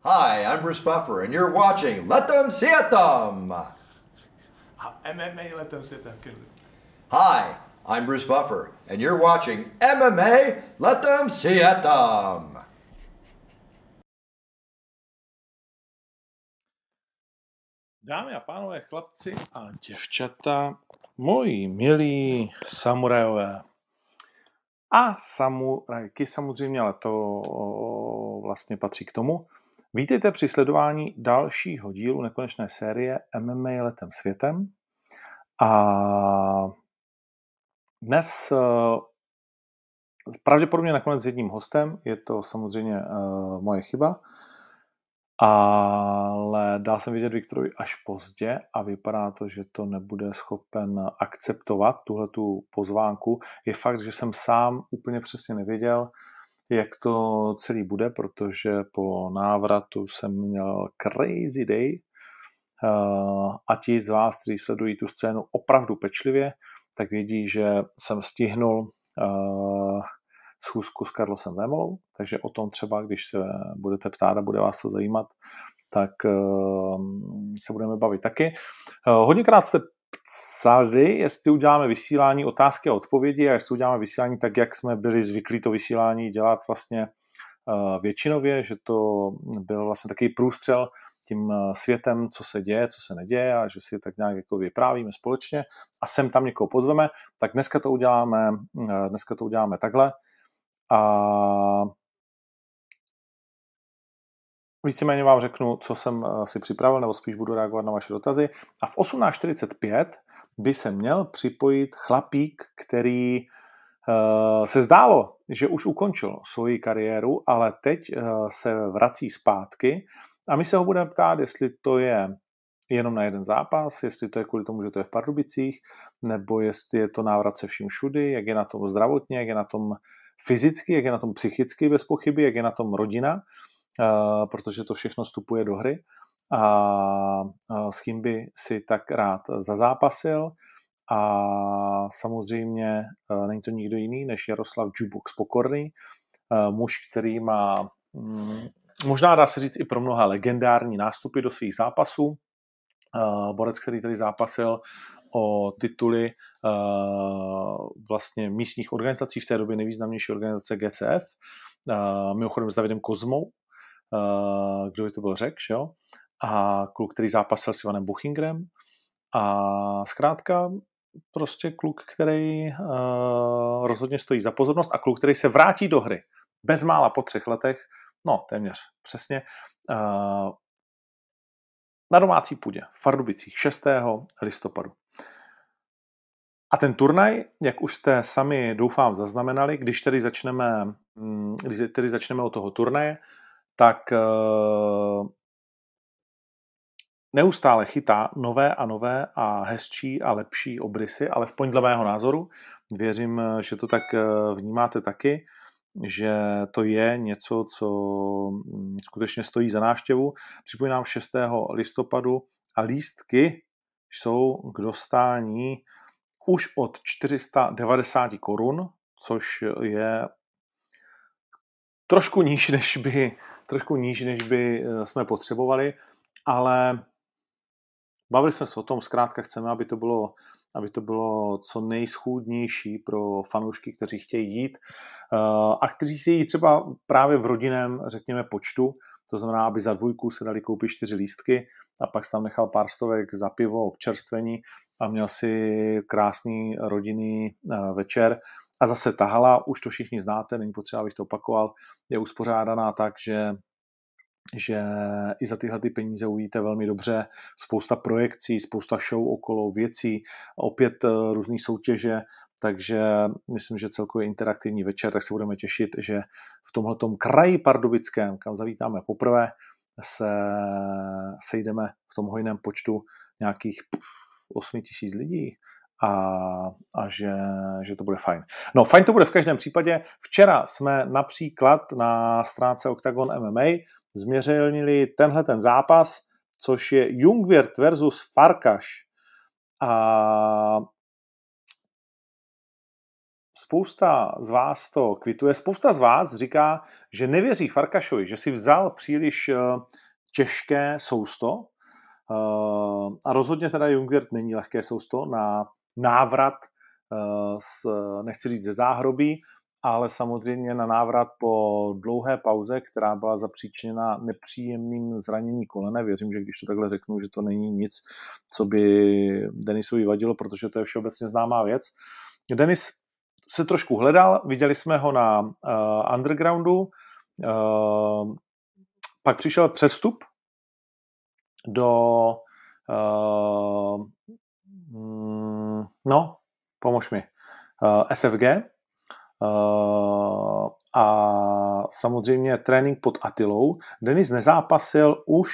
Hi, I'm Bruce Buffer, and you're watching Let Them See It Them! MMA letem světem, Kirby. Hi, I'm Bruce Buffer, and you're watching MMA Let Them See It Them! Dámy a pánové, chlapci a děvčata, moji milí samurajové a samurajky samozřejmě, ale to vlastně patří k tomu. Vítejte při sledování dalšího dílu nekonečné série MMA letem světem. A dnes pravděpodobně nakonec s jedním hostem, je to samozřejmě moje chyba, ale dal jsem vědět Viktorovi až pozdě a vypadá to, že to nebude schopen akceptovat, tuhletu pozvánku. Je fakt, že jsem sám úplně přesně nevěděl, jak to celý bude, protože po návratu jsem měl crazy day a ti z vás, kteří sledují tu scénu opravdu pečlivě, tak vědí, že jsem stihnul schůzku s Carlosem Vémolou, takže o tom třeba, když se budete ptát a bude vás to zajímat, tak se budeme bavit taky. Hodněkrát jste psali, jestli uděláme vysílání otázky a odpovědi a jestli uděláme vysílání tak, jak jsme byli zvyklí to vysílání dělat vlastně většinově, že to byl vlastně takový průstřel tím světem, co se děje, co se neděje a že si tak nějak jako vyprávíme společně a sem tam někoho pozveme, tak dneska to uděláme takhle. A víceméně vám řeknu, co jsem si připravil, nebo spíš budu reagovat na vaše dotazy. A v 18:45 by se měl připojit chlapík, který se zdálo, že už ukončil svoji kariéru, ale teď se vrací zpátky a my se ho budeme ptát, jestli to je jenom na jeden zápas, jestli to je kvůli tomu, že to je v Pardubicích, nebo jestli je to návrat se vším všudy, jak je na tom zdravotně, jak je na tom fyzicky, jak je na tom psychicky bez pochyby, jak je na tom rodina, protože to všechno vstupuje do hry a s kým by si tak rád zazápasil. A samozřejmě není to nikdo jiný než Jaroslav Jubox Pokorný, muž, který má možná dá se říct i pro mnoha legendární nástupy do svých zápasů. Borec, který tady zápasil o tituly vlastně místních organizací, v té době nejvýznamnější organizace GCF, mimochodem s Davidem Kozmou, kdo by to byl řekl, že jo? A kluk, který zápasil s Ivanem Buchingrem a zkrátka prostě kluk, který rozhodně stojí za pozornost a kluk, který se vrátí do hry bezmála po 3 letech, no téměř přesně, na domácí půdě v Pardubicích 6. listopadu. A ten turnaj, jak už jste sami doufám zaznamenali, když tedy začneme od toho turnaje, tak neustále chytá nové a hezčí a lepší obrysy, alespoň dle mého názoru. Věřím, že to tak vnímáte taky, že to je něco, co skutečně stojí za návštěvu. Připomínám 6. listopadu a lístky jsou k dostání už od 490 korun, což je trošku níž, než by jsme potřebovali, ale bavili jsme se o tom, zkrátka chceme, aby to bylo co nejschůdnější pro fanoušky, kteří chtějí jít a kteří chtějí jít třeba právě v rodinném, řekněme, počtu, to znamená, aby za 2 se dali koupit 4 lístky a pak se tam nechal pár stovek za pivo, občerstvení a měl si krásný rodinný večer. A zase ta hala, už to všichni znáte, není potřeba, abych to opakoval, je uspořádaná tak, že i za tyhle ty peníze uvidíte velmi dobře spousta projekcí, spousta show okolo věcí, opět různý soutěže, takže myslím, že celkově interaktivní večer, tak se budeme těšit, že v tomhletom kraji pardubickém, kam zavítáme poprvé, se sejdeme v tom hojném počtu nějakých 8 000 lidí a že to bude fajn. No, fajn to bude v každém případě. Včera jsme například na stránce Octagon MMA změřili tenhle ten zápas, což je Jungwirth versus Farkas. A spousta z vás to kvituje. Spousta z vás říká, že nevěří Farkašovi, že si vzal příliš těžké sousto. A rozhodně teda Jungwirth není lehké sousto na návrat, nechci říct ze záhrobí, ale samozřejmě na návrat po dlouhé pauze, která byla zapříčiněna nepříjemným zranění kolene. Věřím, že když to takhle řeknu, že to není nic, co by Denisovi vadilo, protože to je všeobecně známá věc. Denis se trošku hledal, viděli jsme ho na undergroundu, pak přišel přestup do pomož mi, SFG a samozřejmě trénink pod Attilou. Denis nezápasil už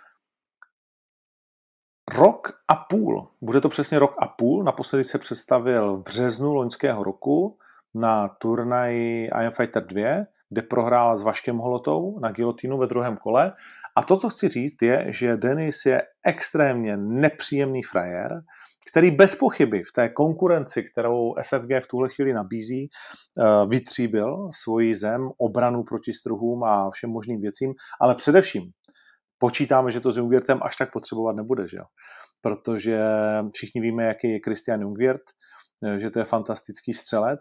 rok a půl. Bude to přesně rok a půl. Naposledy se představil v březnu loňského roku na turnaji I Am Fighter 2, kde prohrál s Vaškem Holotou na gilotínu ve druhém kole. A to, co chci říct, je, že Denis je extrémně nepříjemný frajer, který bez pochyby v té konkurenci, kterou SFG v tuhle chvíli nabízí, vytříbil svoji zem, obranu proti struhům a všem možným věcím, ale především počítáme, že to s Jungwirthem až tak potřebovat nebude, že jo? Protože všichni víme, jaký je Christian Jungwirth, že to je fantastický střelec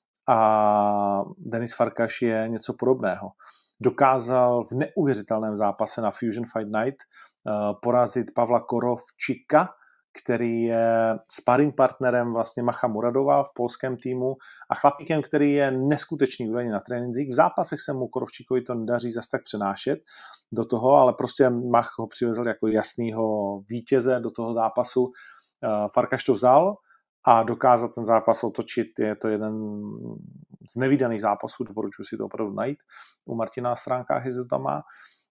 a Denis Farkas je něco podobného. Dokázal v neuvěřitelném zápase na Fusion Fight Night porazit Pavla Korovčika, který je sparring partnerem vlastně Macha Muradova v polském týmu a chlapíkem, který je neskutečný údajně na trénincích. V zápasech se mu Korovčíkovi to nedaří zas tak přenášet do toho, ale prostě Mach ho přivezl jako jasného vítěze do toho zápasu. Farkas to vzal a dokázal ten zápas otočit. Je to jeden z nevídaných zápasů, doporučuji si to opravdu najít. U Martina na stránkách, jestli to tam má.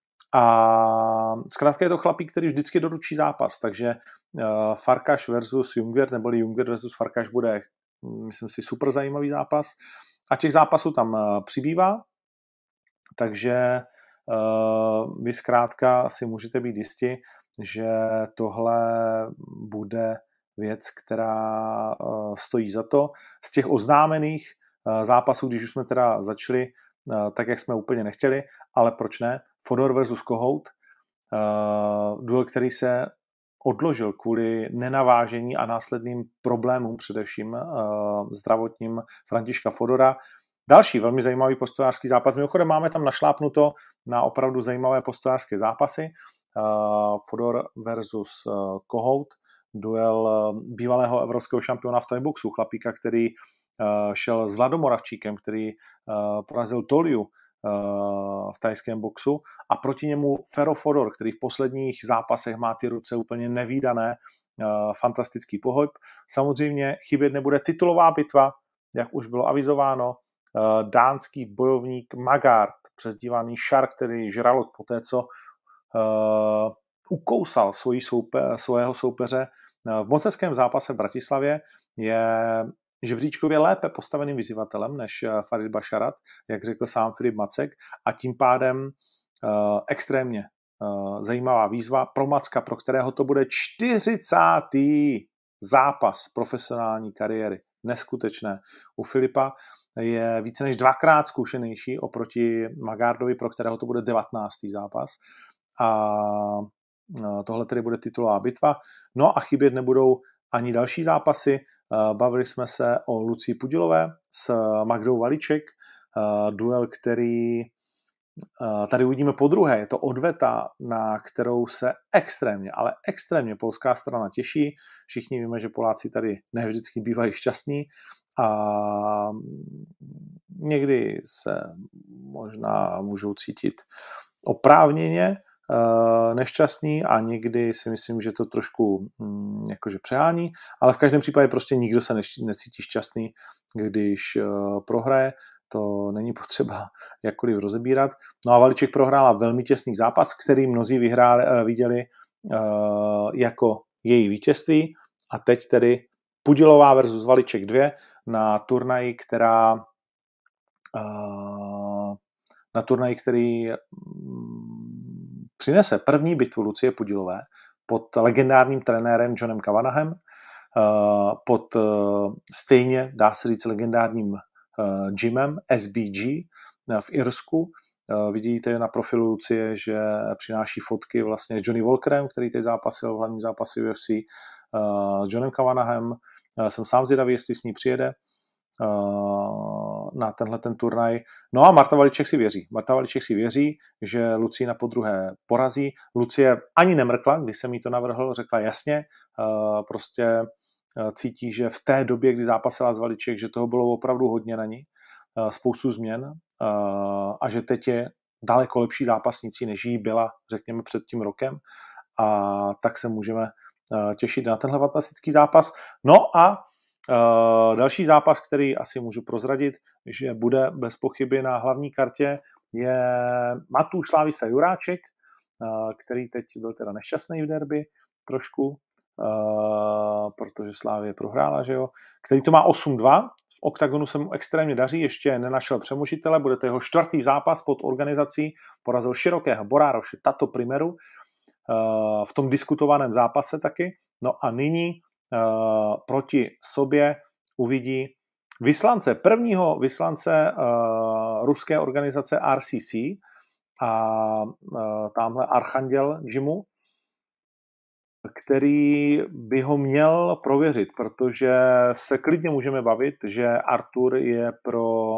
A zkrátka je to chlapík, který vždycky doručí zápas, takže Farkas versus Jungwirth, neboli Jungwirth versus Farkas bude, myslím si, super zajímavý zápas. A těch zápasů tam přibývá, takže vy zkrátka si můžete být jisti, že tohle bude věc, která stojí za to. Z těch oznámených zápasů, když už jsme teda začali, tak jak jsme úplně nechtěli, ale proč ne? Fodor versus Kohout, duel, který se odložil kvůli nenavážení a následným problémům, především zdravotním Františka Fodora. Další velmi zajímavý postojářský zápas. Mimochodem máme tam našlápnuto na opravdu zajímavé postojářské zápasy. Fodor versus Kohout, duel bývalého evropského šampiona v thaiboxu, chlapíka, který šel s Vladom Moravčíkem, který porazil Toliu v thajském boxu a proti němu Fero Fodor, který v posledních zápasech má ty ruce úplně nevídané, fantastický pohyb. Samozřejmě chybět nebude titulová bitva, jak už bylo avizováno, dánský bojovník Magard, přezdívaný Shark, který žralok poté, co ukousal svého soupeře v mocenském zápase v Bratislavě, je žebříčkově lépe postaveným vyzývatelem než Farid Basharat, jak řekl sám Filip Macek, a tím pádem extrémně zajímavá výzva pro Macka, pro kterého to bude 40. zápas profesionální kariéry. Neskutečné. U Filipa je více než dvakrát zkušenější oproti Magardovi, pro kterého to bude 19. zápas. A tohle tedy bude titulová bitva. No a chybět nebudou ani další zápasy. Bavili jsme se o Lucii Pudilové s Magdou Valiček, duel, který tady uvidíme podruhé. Je to odveta, na kterou se extrémně, ale extrémně polská strana těší. Všichni víme, že Poláci tady ne vždycky bývají šťastní a někdy se možná můžou cítit oprávněně nešťastní a někdy si myslím, že to trošku jakože přehání, ale v každém případě prostě nikdo se necítí šťastný, když prohraje. To není potřeba jakkoliv rozebírat. No a Valiček prohrála velmi těsný zápas, který mnozí viděli jako její vítězství a teď tedy Pudilová versus Valiček 2 na turnaji, který přinese první bitvu Lucie Pudilové pod legendárním trenérem Johnem Cavanahem, pod stejně, dá se říct, legendárním gymem SBG v Irsku. Vidíte na profilu Lucie, že přináší fotky vlastně s Johnny Walkerem, který teď zápasil v hlavním zápase UFC, s Johnem Cavanaughem. Jsem sám zvědavý, jestli s ní přijede na tenhle ten turnaj. No a Marta Valiček si věří. Marta Valiček si věří, že Lucii na podruhé porazí. Lucie ani nemrkla, když jsem jí to navrhl, řekla jasně, prostě cítí, že v té době, kdy zápasila s Valiček, že toho bylo opravdu hodně na ní, spoustu změn a že teď je daleko lepší zápasnicí, než jí byla, řekněme, před tím rokem, a tak se můžeme těšit na tenhle fantastický zápas. No a další zápas, který asi můžu prozradit, že bude bez pochyby na hlavní kartě, je Matúš Slávica Juráček, který teď byl teda nešťastný v derby trošku, protože Slávie prohrála, že jo, který to má 8-2, v oktagonu se mu extrémně daří, ještě nenašel přemožitele, bude to jeho 4. zápas pod organizací, porazil širokého Borároše Tato Primeru v tom diskutovaném zápase taky, no a nyní proti sobě uvidí prvního vyslance ruské organizace RCC a tamhle Archanděl Gymu, který by ho měl prověřit, protože se klidně můžeme bavit, že Artur je pro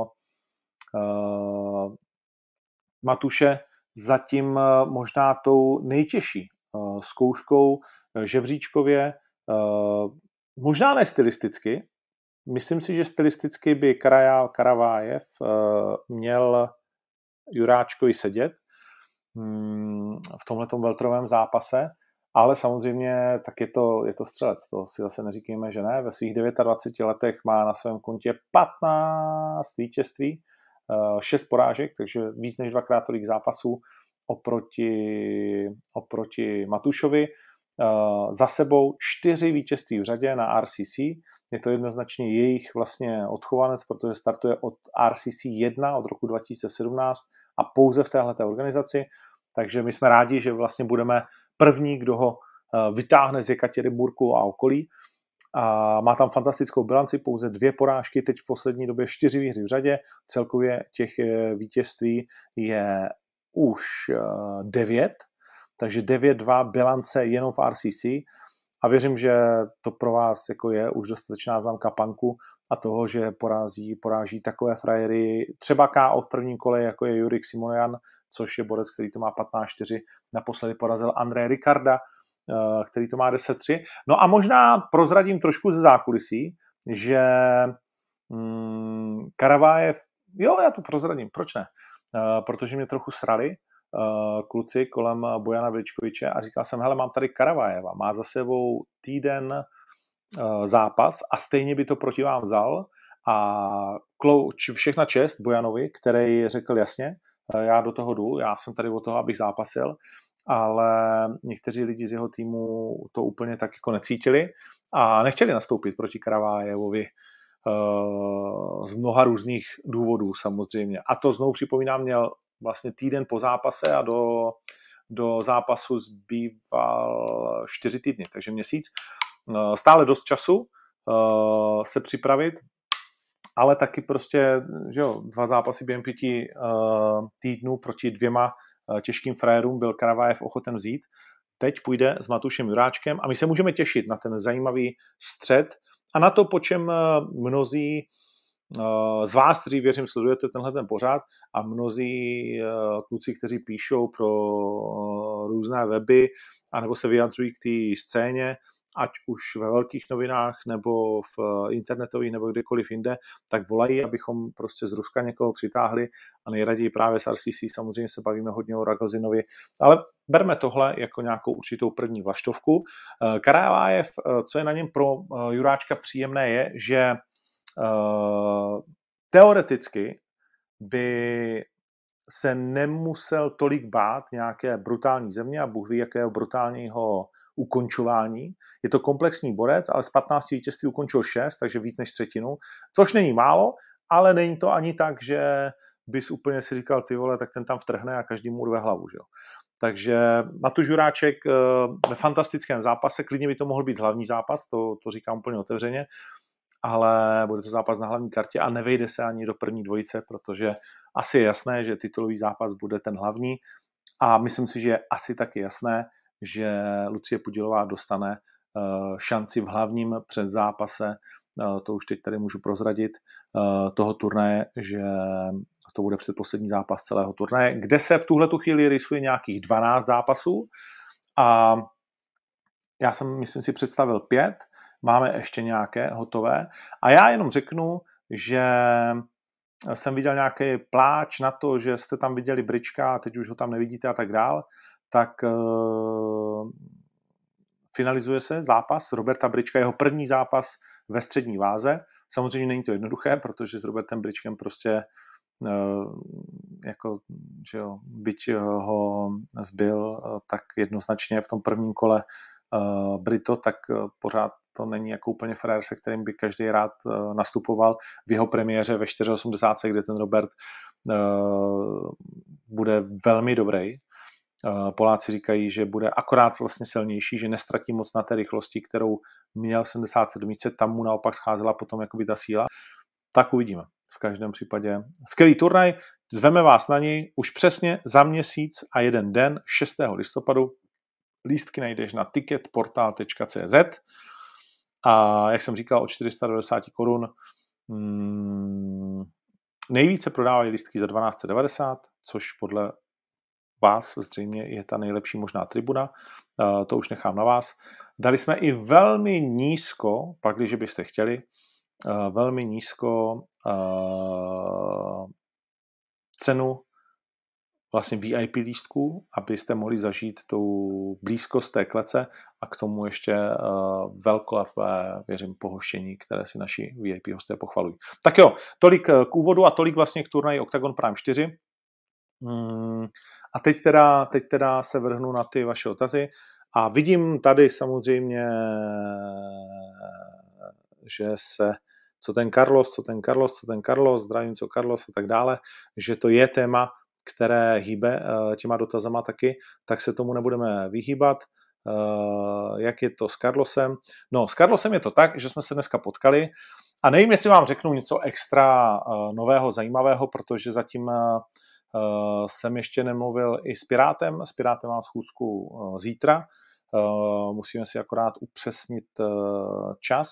Matuše zatím možná tou nejtěžší zkouškou žebříčkově, možná ne stylisticky. Myslím si, že stylisticky by Karavájev měl Juráčkovi sedět v tomhletom welterovém zápase, ale samozřejmě tak je to střelec. To si zase neříkejme, že ne. Ve svých 29 letech má na svém kontě 15 vítězství, 6 porážek, takže víc než 2x tolik zápasů oproti Matušovi. Za sebou 4 vítězství v řadě na RCC. Je to jednoznačně jejich vlastně odchovanec, protože startuje od RCC 1 od roku 2017 a pouze v téhleté organizaci. Takže my jsme rádi, že vlastně budeme první, kdo ho vytáhne z Jekatěrinburgu a okolí. A má tam fantastickou bilanci, pouze 2 porážky, teď v poslední době 4 výhry v řadě. Celkově těch vítězství je už 9, takže 9-2 bilance jenom v RCC. A věřím, že to pro vás jako je už dostatečná známka punku a toho, že poráží takové frajery, třeba KO v prvním kole, jako je Jurik Simonian, což je borec, který to má 15-4, naposledy porazil André Ricarda, který to má 10-3. No a možná prozradím trošku ze zákulisí, že Karavájev, jo, já to prozradím, proč ne? Protože mě trochu srali kluci kolem Bojana Veličkoviče a říkal jsem, hele, mám tady Karavájeva, má za sebou týden zápas a stejně by to proti vám vzal a všechna čest Bojanovi, který řekl jasně, já do toho jdu, já jsem tady od toho, abych zápasil, ale někteří lidi z jeho týmu to úplně tak jako necítili a nechtěli nastoupit proti Karavájevovi z mnoha různých důvodů samozřejmě. A to znovu připomínám, měl vlastně týden po zápase a do zápasu zbýval 4 týdny, takže měsíc. Stále dost času se připravit, ale taky prostě, že jo, 2 zápasy během 5 týdnů proti 2 těžkým frajerům byl Karavájev ochoten vzít. Teď půjde s Matušem Juráčkem a my se můžeme těšit na ten zajímavý střet a na to, po čem mnozí z vás, kteří věřím, sledujete tenhle ten pořad a mnozí kluci, kteří píšou pro různé weby anebo se vyjadřují k té scéně, ať už ve velkých novinách nebo v internetových nebo kdekoliv jinde, tak volají, abychom prostě z Ruska někoho přitáhli a nejraději právě s RCC samozřejmě se bavíme hodně o Ragozinovi, ale berme tohle jako nějakou určitou první vlaštovku. Karavájev, co je na něm pro Juráčka příjemné je, že teoreticky by se nemusel tolik bát nějaké brutální země a Bůh ví, jakého brutálního ukončování. Je to komplexní borec, ale z 15 vítězství ukončil 6, takže víc než třetinu, což není málo, ale není to ani tak, že bys úplně si říkal, ty vole, tak ten tam vtrhne a každý mu urve hlavu, že jo. Takže Matúš Juráček ve fantastickém zápase, klidně by to mohl být hlavní zápas, to říkám úplně otevřeně, ale bude to zápas na hlavní kartě a nevejde se ani do první dvojice, protože asi je jasné, že titulový zápas bude ten hlavní a myslím si, že je asi taky jasné, že Lucie Pudilová dostane šanci v hlavním předzápase, to už teď tady můžu prozradit, toho turnaje, že to bude předposlední zápas celého turnaje, kde se v tuhletu chvíli rysuje nějakých 12 zápasů a já jsem, myslím si, představil 5, máme ještě nějaké hotové a já jenom řeknu, že jsem viděl nějaký pláč na to, že jste tam viděli Brička a teď už ho tam nevidíte a tak dál, tak finalizuje se zápas Roberta Brička, jeho první zápas ve střední váze. Samozřejmě není to jednoduché, protože s Robertem Bričkem prostě jako, že jo, byť ho zbyl tak jednoznačně v tom prvním kole Brito, tak pořád to není jako úplně frajer, se kterým by každý rád nastupoval v jeho premiéře ve 4,80, kde ten Robert bude velmi dobrý. Poláci říkají, že bude akorát vlastně silnější, že nestratí moc na té rychlosti, kterou měl v 77, tam mu naopak scházela potom jakoby ta síla. Tak uvidíme. V každém případě skvělý turnaj, zveme vás na něj už přesně za měsíc a 1 den, 6. listopadu. Lístky najdeš na ticketportal.cz a jak jsem říkal, o 490 korun. Nejvíce prodávají lístky za 1290, což podle vás zřejmě je ta nejlepší možná tribuna. To už nechám na vás. Dali jsme i velmi nízko, pak když byste chtěli, velmi nízko cenu vlastně VIP lístků, abyste mohli zažít tu blízkost té klece a k tomu ještě velkolepé, věřím, pohoštění, které si naši VIP hosté pochvalují. Tak jo, tolik k úvodu a tolik vlastně k turnaji Octagon Prime 4. A teď teda se vrhnu na ty vaše otazy a vidím tady samozřejmě, že se co ten Carlos, zdravím, co Carlos a tak dále, že to je téma, které hýbe těma dotazama taky, tak se tomu nebudeme vyhýbat. Jak je to s Carlosem? No, s Carlosem je to tak, že jsme se dneska potkali a nevím, jestli vám řeknu něco extra nového, zajímavého, protože zatím jsem ještě nemluvil i s Pirátem. S Pirátem mám schůzku zítra. Musíme si akorát upřesnit čas.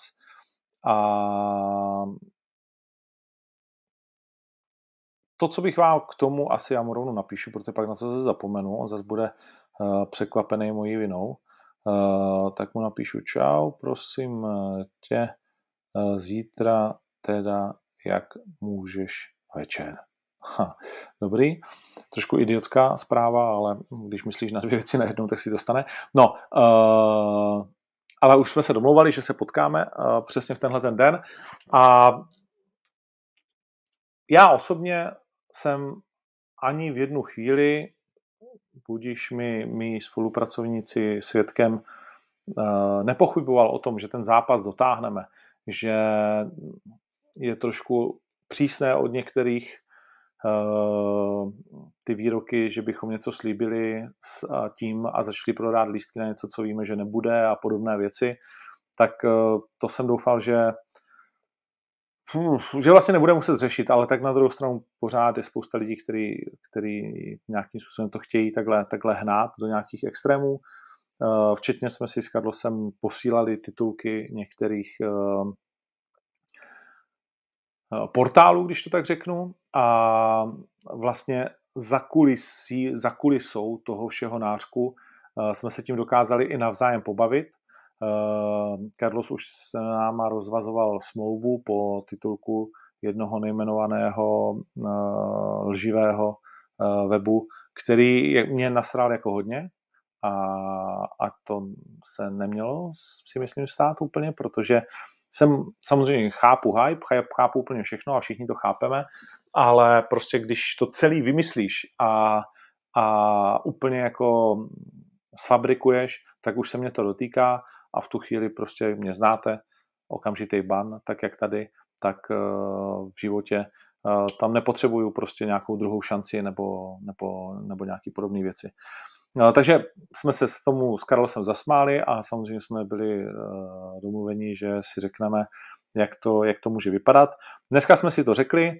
A to, co bych vám k tomu asi já mu rovnou napíšu, protože pak na to se zapomenu, on zase bude překvapený mojí vinou, tak mu napíšu čau, prosím tě, zítra teda jak můžeš večer. Dobrý, trošku idiotská zpráva, ale když myslíš na 2 věci najednou, tak si to stane. No, ale už jsme se domlouvali, že se potkáme přesně v tenhle ten den a já osobně jsem ani v jednu chvíli, budíš mý spolupracovníci svědkem, nepochyboval o tom, že ten zápas dotáhneme, že je trošku přísné od některých ty výroky, že bychom něco slíbili s tím a začali prodávat lístky na něco, co víme, že nebude a podobné věci, tak to jsem doufal, že vlastně nebude muset řešit, ale tak na druhou stranu pořád je spousta lidí, kteří nějakým způsobem to chtějí takhle hnát do nějakých extrémů. Včetně jsme si s Carlosem posílali titulky některých portálů, když to tak řeknu, a vlastně za kulisou toho všeho nářku jsme se tím dokázali i navzájem pobavit. Carlos už se náma rozvazoval smlouvu po titulku jednoho nejmenovaného lživého webu, který mě nasral jako hodně a to se nemělo, si myslím, stát úplně, protože jsem samozřejmě chápu hype, chápu úplně všechno a všichni to chápeme, ale prostě když to celý vymyslíš a úplně jako sfabrikuješ, tak už se mě to dotýká a v tu chvíli prostě mě znáte, okamžitý ban, tak jak tady, tak v životě tam nepotřebuju prostě nějakou druhou šanci nebo nějaký podobné věci. Takže jsme se s Carlosem zasmáli a samozřejmě jsme byli domluveni, že si řekneme, jak to může vypadat. Dneska jsme si to řekli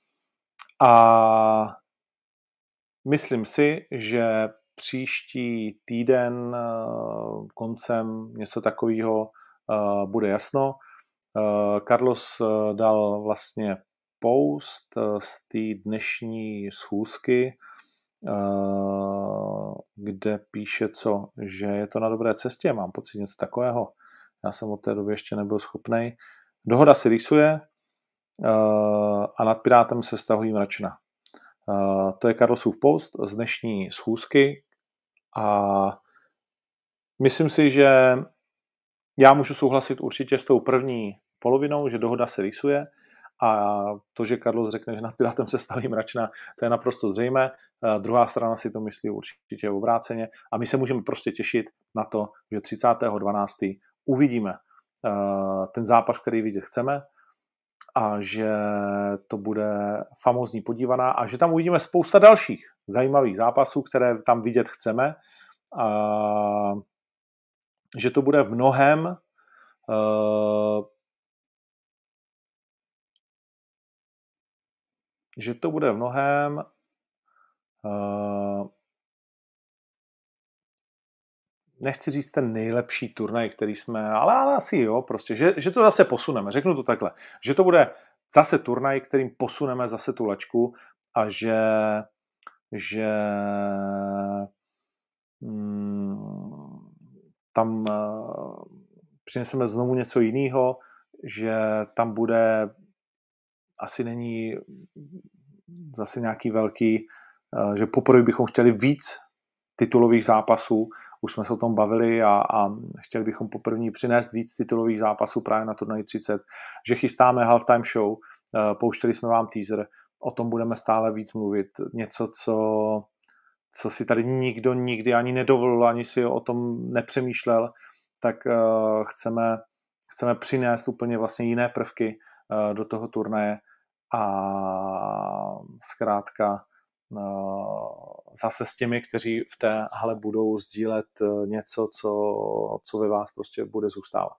a myslím si, že příští týden koncem něco takového bude jasno. Carlos dal vlastně post z té dnešní schůzky, kde píše že je to na dobré cestě, mám pocit něco takového. Já jsem od té doby ještě nebyl schopnej. Dohoda se rýsuje a nad Pirátem se stahují mračna. To je Carlosův post z dnešní schůzky a myslím si, že já můžu souhlasit určitě s tou první polovinou, že dohoda se rýsuje a to, že Carlos řekne, že nad Pirátem se staví mračna, to je naprosto zřejmé. Druhá strana si to myslí určitě obráceně a my se můžeme prostě těšit na to, že 30.12. uvidíme ten zápas, který vidět chceme a že to bude famózní podívaná a že tam uvidíme spousta dalších zajímavých zápasů, které tam vidět chceme a že to bude v mnohem nechci říct ten nejlepší turnaj, který jsme, ale asi jo, prostě, že to zase posuneme, řeknu to takhle, že to bude zase turnaj, kterým posuneme zase tu lačku a že tam přineseme znovu něco jiného, že tam bude, asi není zase nějaký velký, že poprvé bychom chtěli víc titulových zápasů, už jsme se o tom bavili a chtěli bychom poprvé přinést víc titulových zápasů právě na turnaji 30, že chystáme halftime show, pouštěli jsme vám teaser, o tom budeme stále víc mluvit, něco, co si tady nikdo nikdy ani nedovolil, ani si o tom nepřemýšlel, tak chceme přinést úplně vlastně jiné prvky do toho turnaje a zkrátka zase s těmi, kteří v té hale budou sdílet něco, co ve vás prostě bude zůstávat.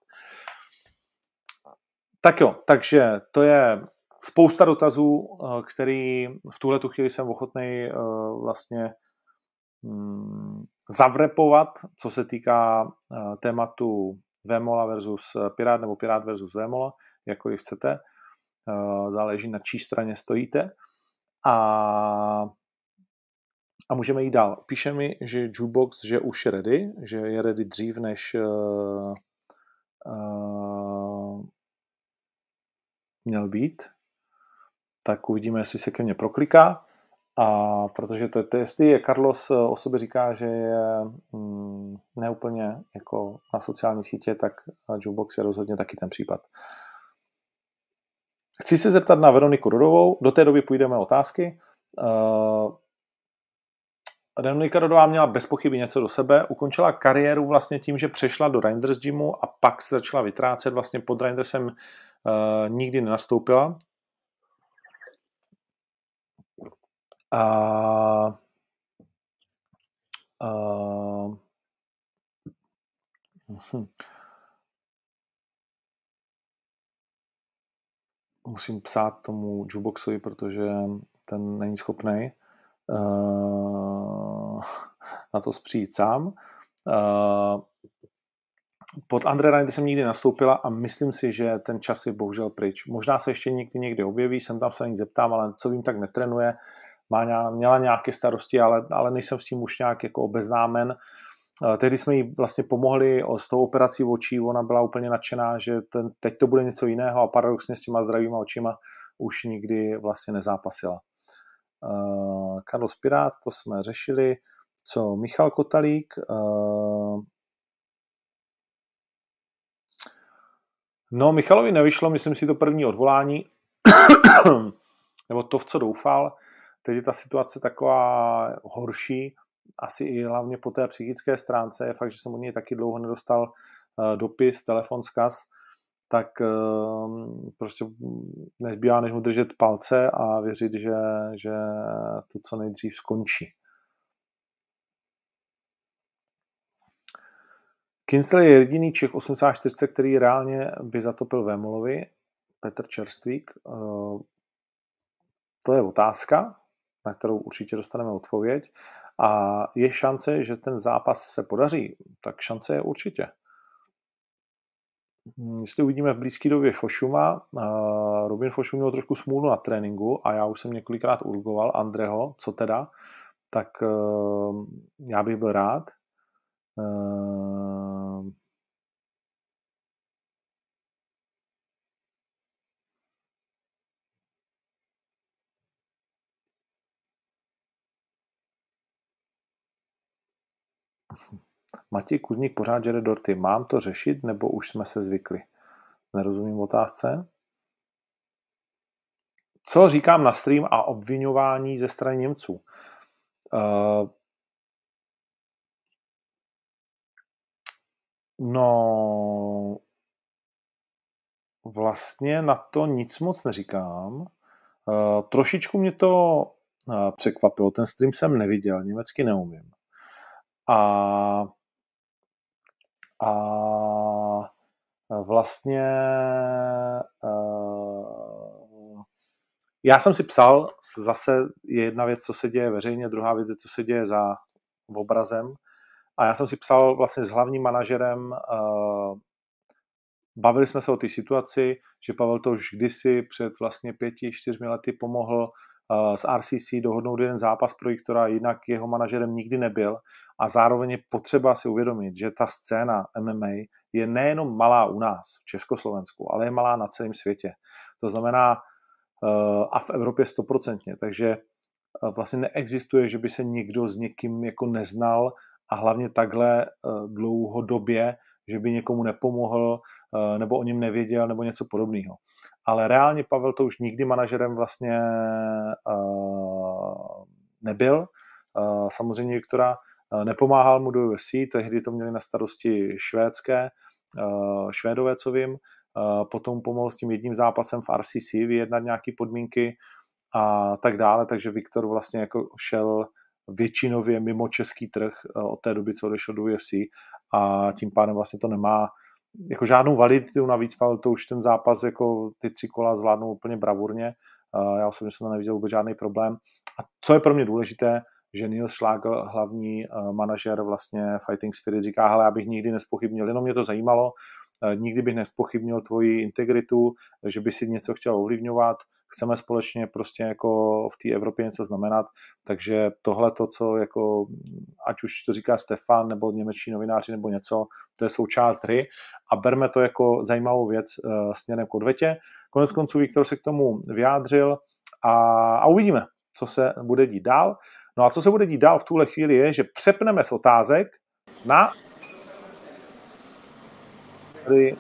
Tak jo, takže to je spousta dotazů, který v tuhletu chvíli jsem ochotnej vlastně zavrepovat, co se týká tématu Vémola versus Pirát nebo Pirát versus Vémola, jakkoliv chcete. Záleží, na čí straně stojíte. A můžeme jít dál. Píše mi, že Jukebox, že už je ready, že je ready dřív, než měl být. Tak uvidíme, jestli se ke mně prokliká. A protože to jestli je Carlos o sobě říká, že je neúplně jako na sociální sítě, tak Jukebox je rozhodně taky ten případ. Chci se zeptat na Veroniku Rodovou, do té doby půjdeme otázky. Veronika Rodová měla bez pochyby něco do sebe, ukončila kariéru vlastně tím, že přešla do Reinders gymu a pak se začala vytrácet, vlastně pod Reindersem nikdy nenastoupila. Musím psát tomu Jukeboxovi, protože ten není schopnej na to přijít sám. Pod Andre Reindersem nikdy nastoupila a myslím si, že ten čas je bohužel pryč. Možná se ještě někdy objeví, jsem tam se ani zeptám, ale co vím, tak netrenuje. Měla nějaké starosti, ale nejsem s tím už nějak jako obeznámen. Tehdy jsme jí vlastně pomohli s tou operací očí, ona byla úplně nadšená, že teď to bude něco jiného a paradoxně s těma zdravýma očima už nikdy vlastně nezápasila. Carlos Pirát, to jsme řešili. Co Michal Kotalík? No, Michalovi nevyšlo, myslím si, to první odvolání, nebo to, v co doufal. Teď je ta situace taková horší, asi i hlavně po té psychické stránce. Je fakt, že jsem od něj taky dlouho nedostal dopis, telefon, vzkaz, tak prostě nezbývá, než mu držet palce a věřit, že to co nejdřív skončí. Kinsler je jediný Čech 84, který reálně by zatopil Vémolovi. Petr Čerstvík. To je otázka, na kterou určitě dostaneme odpověď. A je šance, že ten zápas se podaří? Tak šance je určitě. Jestli uvidíme v blízké době Fošuma, Robin Fošum měl trošku smůlu na tréninku a já už jsem několikrát urgoval Andreho, co teda, tak já bych byl rád. Matěj Kuzník pořád žere dorty. Mám to řešit, nebo už jsme se zvykli? Nerozumím otázce. Co říkám na stream a obviňování ze strany Němců? No, vlastně na to nic moc neříkám. Trošičku mě to překvapilo. Ten stream jsem neviděl, německy neumím. A vlastně já jsem si psal, zase je jedna věc, co se děje veřejně, druhá věc je, co se děje za obrazem. A já jsem si psal vlastně s hlavním manažerem, bavili jsme se o té situaci, že Pavel to už kdysi před vlastně 5-4 lety pomohl s RCC dohodnout jeden zápas pro Viktora, jinak jeho manažerem nikdy nebyl a zároveň je potřeba si uvědomit, že ta scéna MMA je nejenom malá u nás v Československu, ale je malá na celém světě. To znamená a v Evropě 100%, takže vlastně neexistuje, že by se někdo s někým jako neznal a hlavně takhle dlouhodobě, že by někomu nepomohl nebo o něm nevěděl nebo něco podobného. Ale reálně Pavel to už nikdy manažerem vlastně nebyl. Samozřejmě Viktora nepomáhal mu do UFC, tehdy to měli na starosti Švédové, co vím. Potom pomohl s tím jedním zápasem v RCC vyjednat nějaké podmínky a tak dále, takže Viktor vlastně jako šel většinově mimo český trh od té doby, co odešel do UFC a tím pádem vlastně to nemá jako žádnou validitu, navíc Pavel to už ten zápas jako ty 3 kola zvládnou úplně bravurně, já osobně jsem neviděl vůbec žádný problém a co je pro mě důležité, že Nils Schlagl, hlavní manažer vlastně Fighting Spirit, říká, hele, já bych nikdy nespochybnil, jenom mě to zajímalo, nikdy bych nespochybnil tvoji integritu, že by si něco chtěl ovlivňovat, chceme společně prostě jako v té Evropě něco znamenat, takže tohle to, co jako, ať už to říká Stefan nebo němečtí novináři nebo něco, to je součást hry a berme to jako zajímavou věc směrem k odvetě. Konec konců Viktor se k tomu vyjádřil a uvidíme, co se bude dít dál. No a co se bude dít dál v tuhle chvíli je, že přepneme z otázek na tady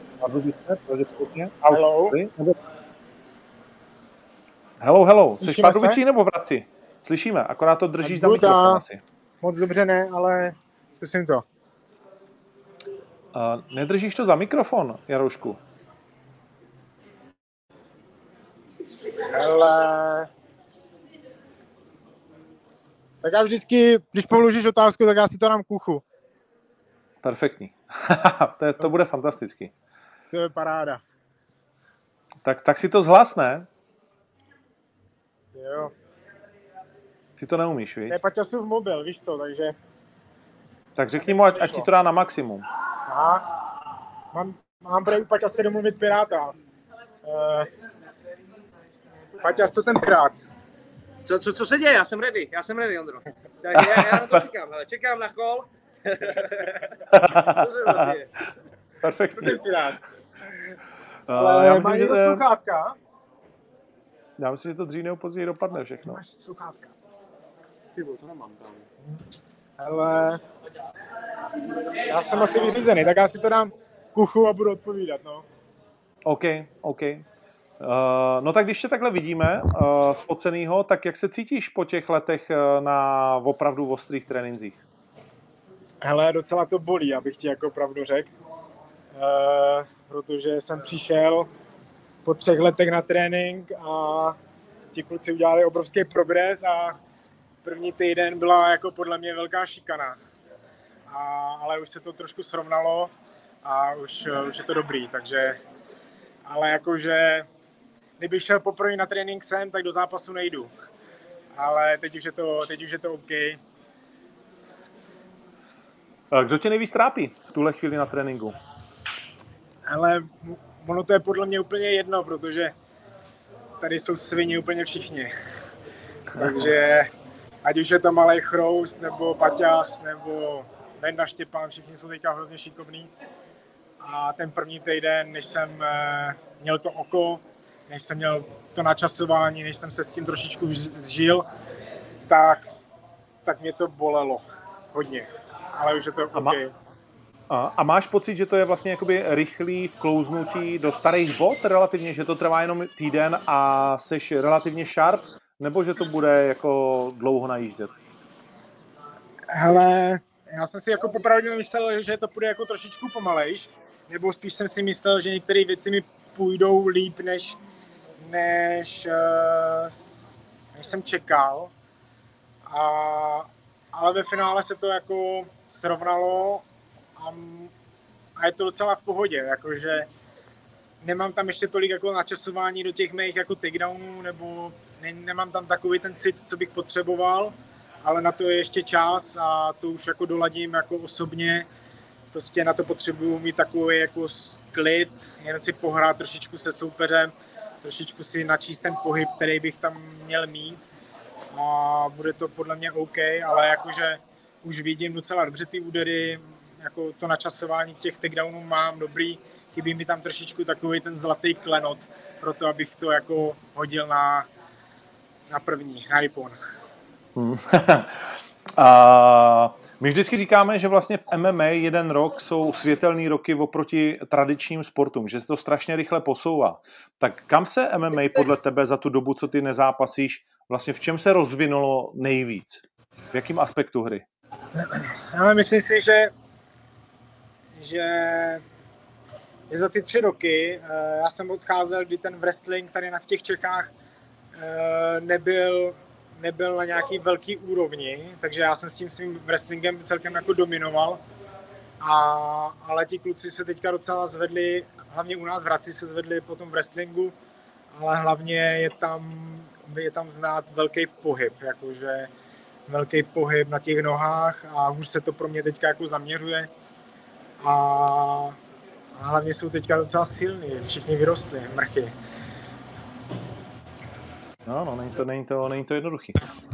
Hello. Jsi v Pardubicích nebo v Hradci? Slyšíme, akorát to držíš za mikrofon asi. Moc dobře ne, ale zkusím to. Nedržíš to za mikrofon, Jaroušku? Hele. Tak já vždycky, když položíš otázku, tak já si to dám k uchu. Perfektní. to bude fantastický. To je paráda. Tak si to zhlas, ne? Jo. Ty to neumíš, víš? Ne, Paťasův mobil, víš co, takže... Tak řekni mu, ať ti to dá na maximum. Aha. Mám prej u Paťase domluvit Piráta. Paťas, co ten Pirát? Co se děje? Já jsem ready, Ondro. Takže já na to čekám, ale čekám na call. Co se to děje? Perfektní. Co ten Pirát? Má někdo sluchátka? Já myslím, že to dřív nebo později dopadne všechno. Máš sluchátka? Ty to nemám tam. Hele, já jsem asi vyřízený, tak já si to dám k uchu a budu odpovídat, no. OK. No tak když tě takhle vidíme spocenýho, tak jak se cítíš po těch letech na opravdu ostrých trénincích? Hele, docela to bolí, abych ti jako pravdu řekl. Protože jsem přišel po 3 letech na trénink a ti kluci udělali obrovský progres a první týden byla jako podle mě velká šikana. Ale už se to trošku srovnalo a už je to dobrý, takže ale jakože kdybych šel poprvé na trénink sem, tak do zápasu nejdu. Ale teď už je to OK. Kdo tě nejvíc trápí v tuhle chvíli na tréninku? Ale ono to je podle mě úplně jedno, protože tady jsou svině úplně všichni. Takže ať už je to Malej Chroust, nebo Paťas, nebo Benda Štěpán, všichni jsou teďka hrozně šikovní. A ten první týden, než jsem měl to oko, než jsem měl to načasování, než jsem se s tím trošičku zžil, tak mě to bolelo hodně. Ale už je to OK. A máš pocit, že to je vlastně jakoby rychlý vklouznutí do starých bod relativně, že to trvá jenom týden a seš relativně sharp, nebo že to bude jako dlouho najíždět? Hele, já jsem si jako popravdě myslel, že to půjde jako trošičku pomalejš, nebo spíš jsem si myslel, že některé věci mi půjdou líp, než jsem čekal. Ale ve finále se to jako srovnalo a je to docela v pohodě, jakože nemám tam ještě tolik jako načasování do těch mých jako takedownů, nebo nemám tam takový ten cit, co bych potřeboval, ale na to je ještě čas a to už jako doladím jako osobně. Prostě na to potřebuju mít takový jako klid, jen si pohrát trošičku se soupeřem, trošičku si načíst ten pohyb, který bych tam měl mít a bude to podle mě OK, ale jakože už vidím docela dobře ty údery, jako to načasování těch takedownů mám dobrý, chybí mi tam trošičku takový ten zlatý klenot, proto abych to jako hodil na první, na iPhone. My vždycky říkáme, že vlastně v MMA jeden rok jsou světelný roky oproti tradičním sportům, že se to strašně rychle posouvá. Tak kam se MMA podle tebe za tu dobu, co ty nezápasíš, vlastně v čem se rozvinulo nejvíc? V jakém aspektu hry? Ale myslím si, že za ty 3 roky, já jsem odcházel, kdy ten wrestling tady v těch Čechách nebyl na nějaký velký úrovni, takže já jsem s tím svým wrestlingem celkem jako dominoval. Ale ti kluci se teďka docela zvedli, hlavně u nás v Hradci se zvedli po tom wrestlingu, ale hlavně je tam znát velký pohyb, jakože velký pohyb na těch nohách a hůř se to pro mě teďka jako zaměřuje. A hlavně jsou teďka docela silní, všichni vyrostli, mrchy. No, není to jednoduchý.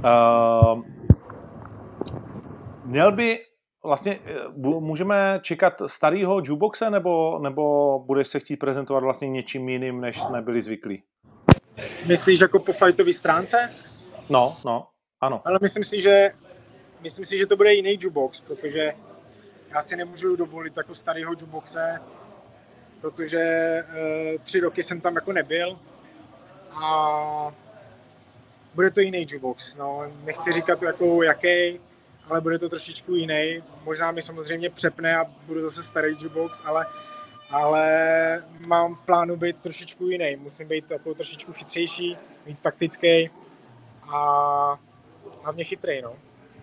Můžeme čekat starýho jukeboxe, nebo budeš se chtít prezentovat vlastně něčím jiným, než jsme byli zvyklí? Myslíš jako po fightové stránce? No, ano. Ale myslím si, že to bude jiný jukebox, protože já si nemůžu dovolit jako starýho jukeboxe, protože 3 roky jsem tam jako nebyl a bude to jiný jukebox. No, nechci říkat jako jaký, ale bude to trošičku jiný. Možná mi samozřejmě přepne a budu zase starý jukebox, ale mám v plánu být trošičku jiný. Musím být jako trošičku chytřejší, víc taktický a hlavně chytrej, no.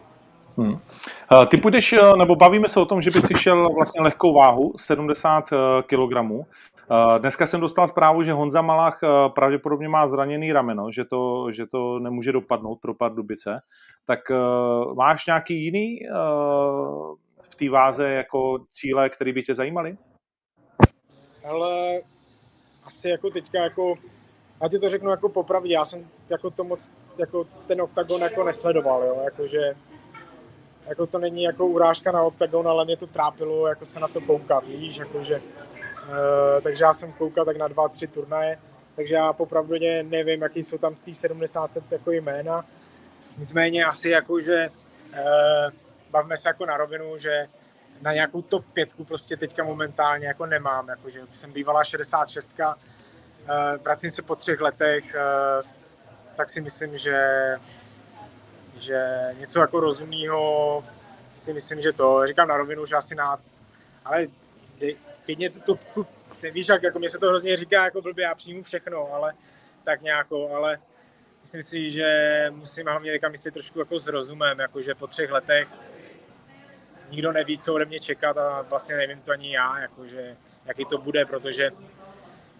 Ty půjdeš, nebo bavíme se o tom, že by si šel vlastně lehkou váhu, 70 kg. Dneska jsem dostal zprávu, že Honza Malach pravděpodobně má zraněný rameno, že to nemůže dopadnout pro Pardubice. Tak máš nějaký jiný v té váze jako cíle, které by tě zajímaly? Ale asi jako teďka jako, já ti to řeknu jako popravdě, já jsem jako to moc, jako ten oktagon jako nesledoval, jo, jakože jako to není jako urážka na oktagon, ale mě to trápilo jako se na to koukat, víš, jakože takže já jsem koukal tak na 2-3 turnaje, takže já popravdu nevím, jaký jsou tam ty 70 jako jména. Nicméně asi jako, že bavme se jako na rovinu, že na nějakou top 5 prostě teďka momentálně jako nemám, jakože jsem bývalá 66, vracím se po 3 letech, tak si myslím, že něco jako rozumného si myslím, že to, říkám na rovinu, že asi ale klidně to víš, jako mě se to hrozně říká jako blbě, já přijmu všechno, ale tak nějako, ale myslím si, že musím hlavně teďka myslet trošku jako s rozumem, jakože po 3 letech nikdo neví, co ode mě čekat a vlastně nevím to ani já, jakože jaký to bude, protože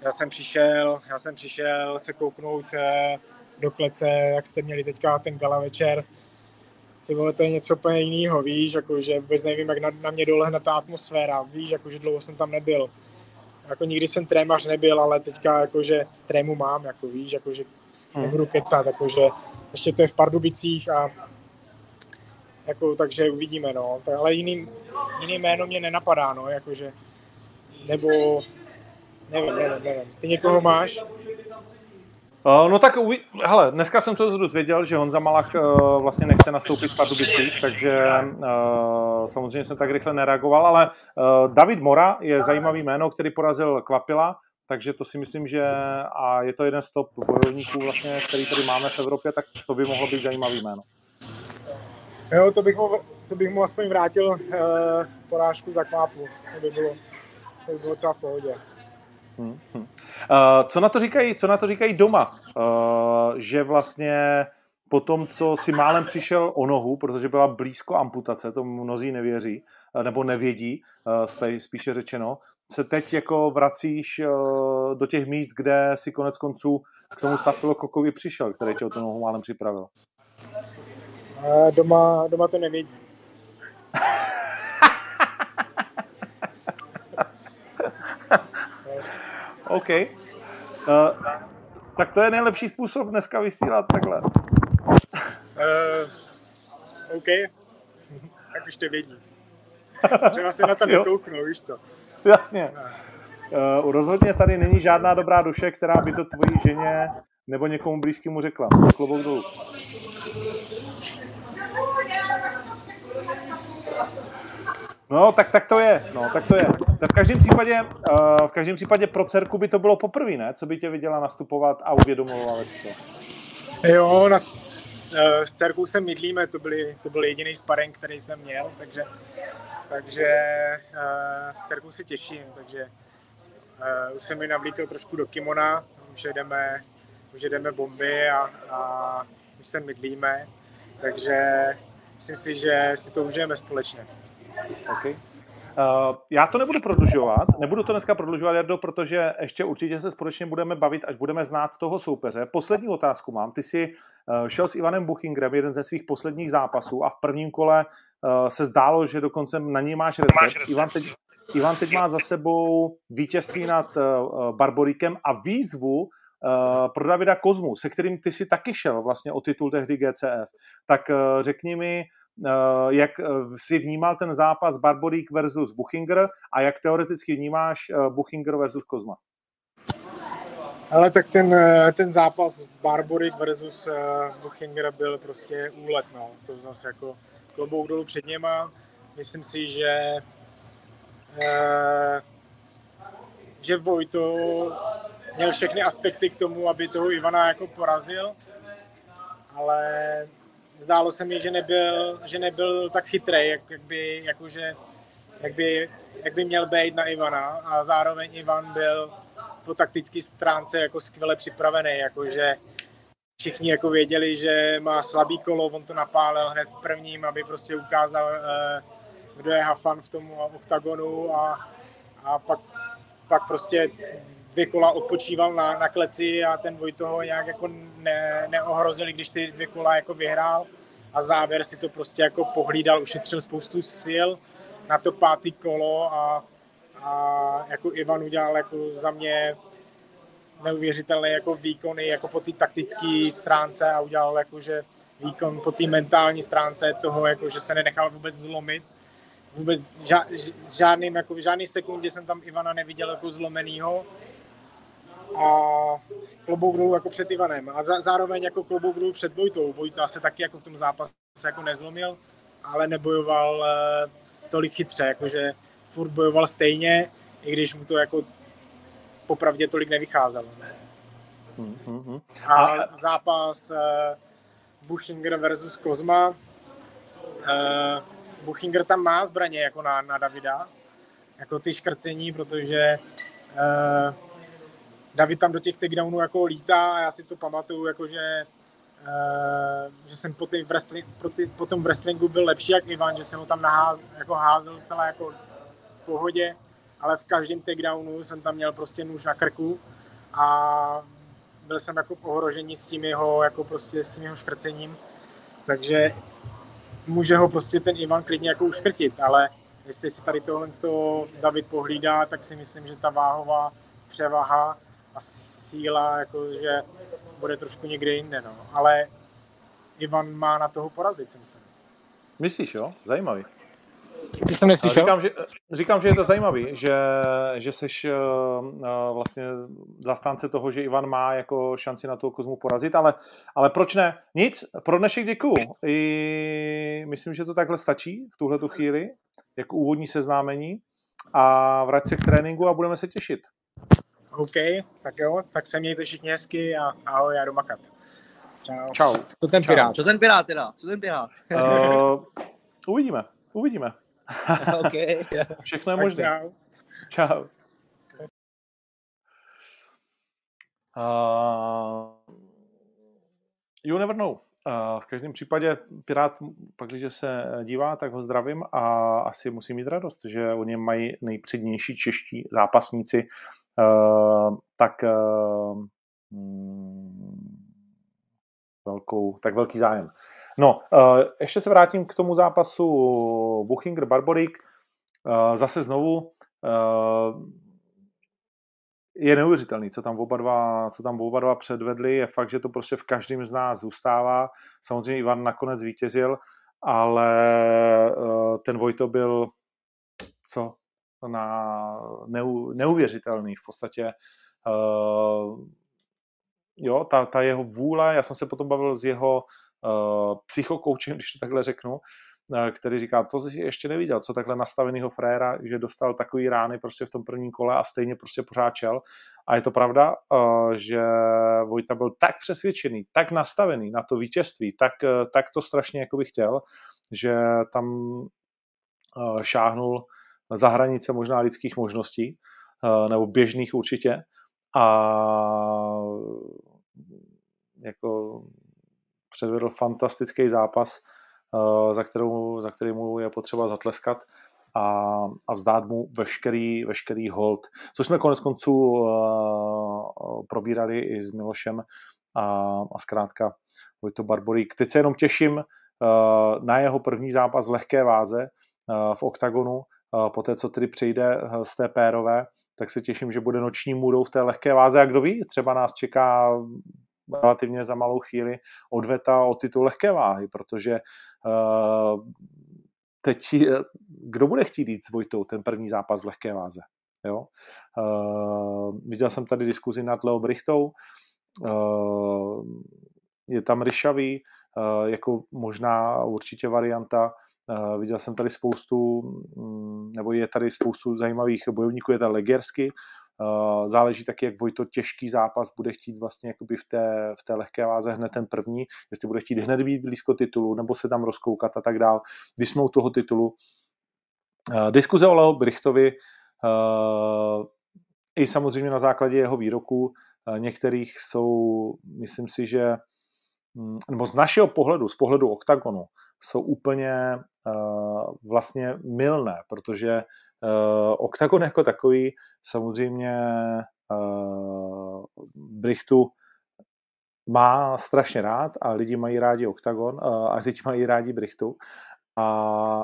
Já jsem přišel se kouknout do klece, jak jste měli teďka ten gala večer. Ty vole, to je něco úplně jiného, víš, jakože vůbec nevím, jak na mě dolehne ta atmosféra, víš, jakože dlouho jsem tam nebyl. Jako nikdy jsem trémař nebyl, ale teďka jakože trému mám, jako víš, jakože nebudu kecat, jakože ještě to je v Pardubicích a jako, takže uvidíme, no. Ale jiný jméno mě nenapadá, no, jakože, nebo nevím. Ty někoho máš? No tak, hele, dneska jsem to dozvěděl, že Honza Malach vlastně nechce nastoupit v Pardubicích, takže samozřejmě jsem tak rychle nereagoval, ale David Mora je zajímavý jméno, který porazil Kvapila, takže to si myslím, že a je to jeden z top bojovníků vlastně, který tady máme v Evropě, tak to by mohlo být zajímavý jméno. Jo, to bych mu aspoň vrátil porážku za Kvápu, to by bylo celá v pohodě. Co na to říkají doma? Že vlastně po tom, co si málem přišel o nohu, protože byla blízko amputace, to mnozí nevěří, nebo nevědí, spíše řečeno, se teď jako vracíš do těch míst, kde si konec konců k tomu Stafilokokovi přišel, který tě o tu nohu málem připravil. Doma to nevědí. OK. Tak to je nejlepší způsob dneska vysílat takhle. OK. Tak už to vědí. Třeba se na to nekouknou, víš co. Jasně. Rozhodně tady není žádná dobrá duše, která by to tvojí ženě nebo někomu blízkému řekla. Klobouk dolů. No, tak to je. Tak v každém případě pro dcerku by to bylo poprvé, ne? Co by tě viděla nastupovat a uvědomovala si to? Jo, s dcerkou se mydlíme, to byl jediný sparring, který jsem měl, takže s dcerkou se těším, takže už jsem mi navlíkl trošku do kimona, už jedeme bomby a už se mydlíme, takže myslím si, že si to užijeme společně. Okay. Já to nebudu to dneska prodlužovat, Jardo, protože ještě určitě se společně budeme bavit, až budeme znát toho soupeře. Poslední otázku mám. Ty jsi šel s Ivanem Buchingerem jeden ze svých posledních zápasů a v prvním kole se zdálo, že dokonce na něj máš recept. Ivan teď má za sebou vítězství nad Barboríkem a výzvu pro Davida Kozmu, se kterým ty si taky šel vlastně o titul tehdy GCF. Tak řekni mi, jak si vnímal ten zápas Barborík versus Buchinger a jak teoreticky vnímáš Buchinger versus Kozma? Ale tak ten zápas Barborík versus Buchinger byl prostě úlet, no. To zase jako klobouk dolů před něma. Myslím si, že Vojto měl všechny aspekty k tomu, aby toho Ivana jako porazil, ale zdálo se mi, že nebyl tak chytrý, jak by měl být na Ivana, a zároveň Ivan byl po taktické stránce jako skvěle připravený, jakože všichni jako věděli, že má slabý kolo, on to napálil hned v prvním, aby prostě ukázal, kdo je hafan v tom oktagonu, a pak prostě 2 kola odpočíval na kleci a ten Vojto ho nějak jako neohrozil, když ty 2 kola jako vyhrál, a závěr si to prostě jako pohlídal, ušetřil spoustu sil na to 5. kolo a jako Ivan udělal jako za mě neuvěřitelný jako výkony jako po té taktické stránce a udělal jakože výkon po té mentální stránce toho, jako že se nenechal vůbec zlomit. Vůbec žádný sekundě jsem tam Ivana neviděl jako zlomenýho, a klobouk dolů jako před Ivanem a zároveň jako klobouk dolů před Vojtou. Vojta se taky jako v tom zápase jako nezlomil, ale nebojoval tolik chytře, jakože furt bojoval stejně, i když mu to jako popravdě tolik nevycházelo. A zápas Buchinger versus Kozma. Buchinger tam má zbraně jako na Davida, jako ty škrcení, protože David tam do těch takedownů jako lítá a já si to pamatuju, jakože že jsem po tom wrestlingu byl lepší jak Ivan, že jsem ho tam házel celá jako v pohodě ale v každém takedownu jsem tam měl prostě nůž na krku a byl jsem jako v ohrožení s tím jeho, jako prostě s tím jeho škrcením, takže může ho prostě ten Ivan klidně jako uškrtit, ale jestli si tady tohle z toho David pohlídá, tak si myslím, že ta váhová převaha a síla, jakože bude trošku někde jinde, no. Ale Ivan má na toho porazit, si myslím. Myslíš, jo? Zajímavý. Ty jsem neslyšel? Říkám, že je to zajímavý, že seš vlastně zastánce toho, že Ivan má jako šanci na toho Kozmu porazit, ale proč ne? Nic, pro dnešek děkuju. Myslím, že to takhle stačí v tuhletu chvíli, jako úvodní seznámení a vrať se k tréninku a budeme se těšit. OK, tak jo, tak se mějte všichni hezky a ahoj, já jdu makat. Čau. Co ten pirát? Co ten pirát teda? Co ten pirát? Uvidíme. OK. Všechno je možné. Čau. You never know. V každém případě Pirát, pak když se dívá, tak ho zdravím a asi musí mít radost, že o něm mají nejpřednější čeští zápasníci tak velký zájem. No, ještě se vrátím k tomu zápasu Buchinger-Barborík. Zase znovu je neuvěřitelný, co tam oba dva předvedli. Je fakt, že to prostě v každém z nás zůstává. Samozřejmě Ivan nakonec zvítězil, ale ten Vojto byl neuvěřitelný v podstatě. Jo, ta jeho vůle, já jsem se potom bavil s jeho psychokoučem, když to takhle řeknu, který říká, to jsi ještě neviděl, co takhle nastavenýho fréra, že dostal takový rány prostě v tom prvním kole a stejně prostě pořád čel. A je to pravda, že Vojta byl tak přesvědčený, tak nastavený na to vítězství, tak to strašně jako by chtěl, že tam šáhnul za hranice možná lidských možností, nebo běžných určitě. A jako předvedl fantastický zápas, za který mu je potřeba zatleskat a vzdát mu veškerý hold. Což jsme konec konců probírali i s Milošem a zkrátka Vojto Barborík. Teď se jenom těším na jeho první zápas v lehké váze v oktagonu, poté co tedy přejde z té pérové, tak se těším, že bude noční můrou v té lehké váze a kdo ví, třeba nás čeká relativně za malou chvíli odveta o titul lehké váhy, protože teď kdo bude chtít jít s Vojtou ten první zápas v lehké váze? Jo? Viděl jsem tady diskuzi nad Leo Brichtou, je tam Ryšavý, jako možná určitě varianta. Viděl jsem tady je tady spoustu zajímavých bojovníků, je tady Legersky. Záleží taky, jak Vojto těžký zápas bude chtít vlastně jakoby v té lehké váze hned ten první, jestli bude chtít hned být blízko titulu, nebo se tam rozkoukat a tak dál. Když jsme u toho titulu. Diskuze o Leo Brichtovi i samozřejmě na základě jeho výroků některých jsou, myslím si, že nebo z našeho pohledu, z pohledu oktagonu, jsou úplně vlastně mylné, protože oktagon jako takový samozřejmě Brichtu má strašně rád a lidi mají rádi oktagon a lidi mají rádi Brichtu a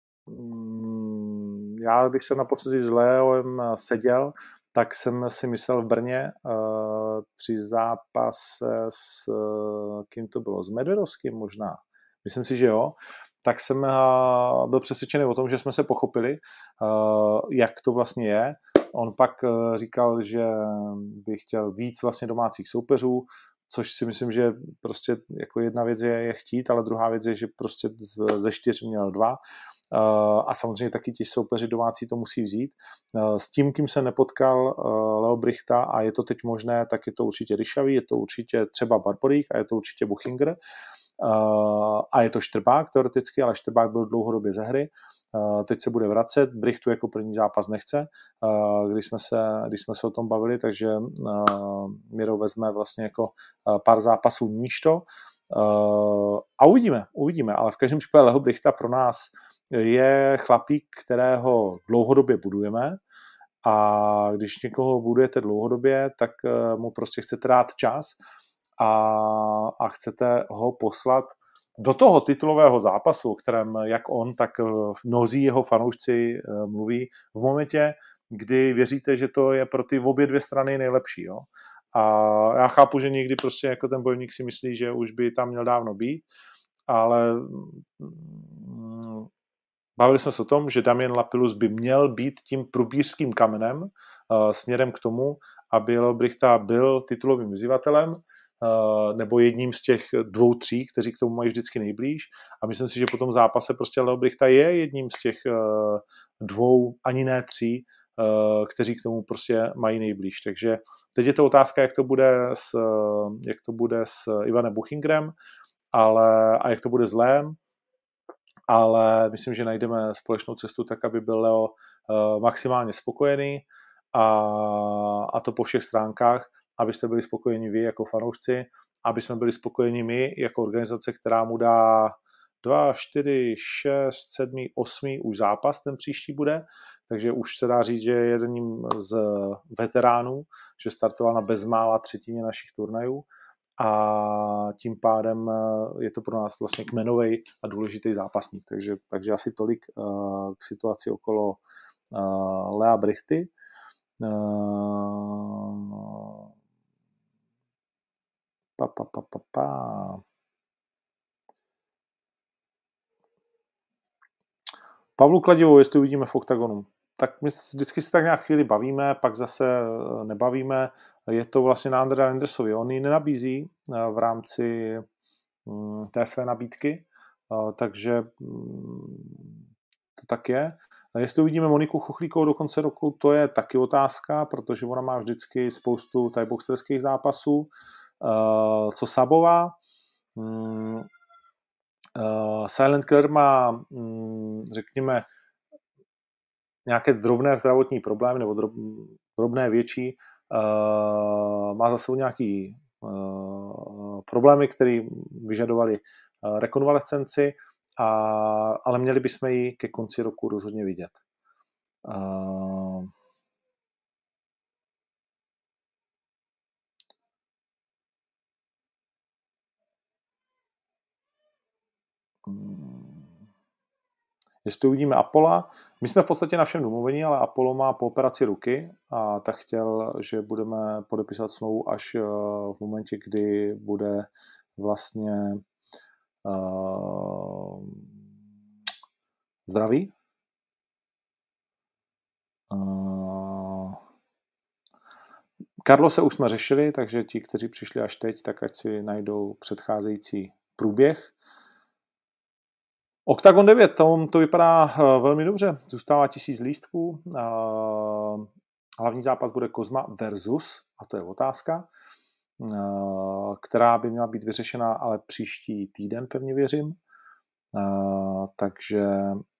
já, když jsem naposledy s Leoem seděl, tak jsem si myslel v Brně při zápase s kým to bylo, s Medvedovským možná, myslím si, že jo, tak jsem byl přesvědčený o tom, že jsme se pochopili, jak to vlastně je. On pak říkal, že by chtěl víc vlastně domácích soupeřů, což si myslím, že prostě jako jedna věc je chtít, ale druhá věc je, že prostě ze 4 měl 2. A samozřejmě taky ti soupeři domácí to musí vzít. S tím, kým se nepotkal Leo Brichta a je to teď možné, tak je to určitě Ryšavý, je to určitě třeba Barborík a je to určitě Buchinger. A je to Štrbák teoreticky, ale Štrbák byl dlouhodobě ze hry. Teď se bude vracet, Brichtu jako první zápas nechce, když jsme se o tom bavili, takže Miro vezme vlastně jako pár zápasů níž to. A uvidíme, ale v každém případě Leo Brichta pro nás je chlapík, kterého dlouhodobě budujeme a když někoho budujete dlouhodobě, tak mu prostě chcete dát čas a chcete ho poslat do toho titulového zápasu, o kterém jak on, tak mnozí jeho fanoušci mluví, v momentě, kdy věříte, že to je pro ty obě dvě strany nejlepší. Jo? A já chápu, že někdy prostě jako ten bojovník si myslí, že už by tam měl dávno být, ale bavili jsme se o tom, že Damien Lapillus by měl být tím průbířským kamenem směrem k tomu, aby Leobrichta byl titulovým vyzývatelem, nebo jedním z těch 2-3, kteří k tomu mají vždycky nejblíž. A myslím si, že po tom zápase prostě Leobrichta je jedním z těch 2, ani ne 3, kteří k tomu prostě mají nejblíž. Takže teď je to otázka, jak to bude s Ivanem Buchingerem, a jak to bude s Leem, ale myslím, že najdeme společnou cestu tak, aby byl Leo maximálně spokojený a to po všech stránkách, abyste byli spokojeni vy jako fanoušci, aby jsme byli spokojeni my jako organizace, která mu dá 2, 4, 6, 7, 8 už zápas ten příští bude, takže už se dá říct, že je jedním z veteránů, že startoval na bezmála třetině našich turnajů a tím pádem je to pro nás vlastně kmenovej a důležitý zápasník. Takže asi tolik k situaci okolo Lea Brichty. Pavlu Kladivou, jestli uvidíme v oktagonu. Tak my vždycky se tak nějak chvíli bavíme, pak zase nebavíme. Je to vlastně na Andrea Andersovi. On ji nenabízí v rámci té své nabídky, takže to tak je. Jestli uvidíme Moniku Chuchlíkovou do konce roku, to je taky otázka, protože ona má vždycky spoustu thaiboxerských zápasů. Co Sabová? Silent Killer má, řekněme, nějaké drobné zdravotní problémy nebo drobné větší. Má za sebou nějaký problémy, které vyžadovaly rekonvalescenci, ale měli bychom ji ke konci roku rozhodně vidět. Jestli uvidíme Apolla, my jsme v podstatě na všem domluvení, ale Apollo má po operaci ruky a tak chtěl, že budeme podepisovat smlouvu až v momentě, kdy bude vlastně zdravý. Carlose už jsme řešili, takže ti, kteří přišli až teď, tak ať si najdou předcházející průběh. Octagon 9, to vypadá velmi dobře. Zůstává 1000 lístků. Hlavní zápas bude Kozma versus, a to je otázka, která by měla být vyřešena ale příští týden, pevně věřím. Takže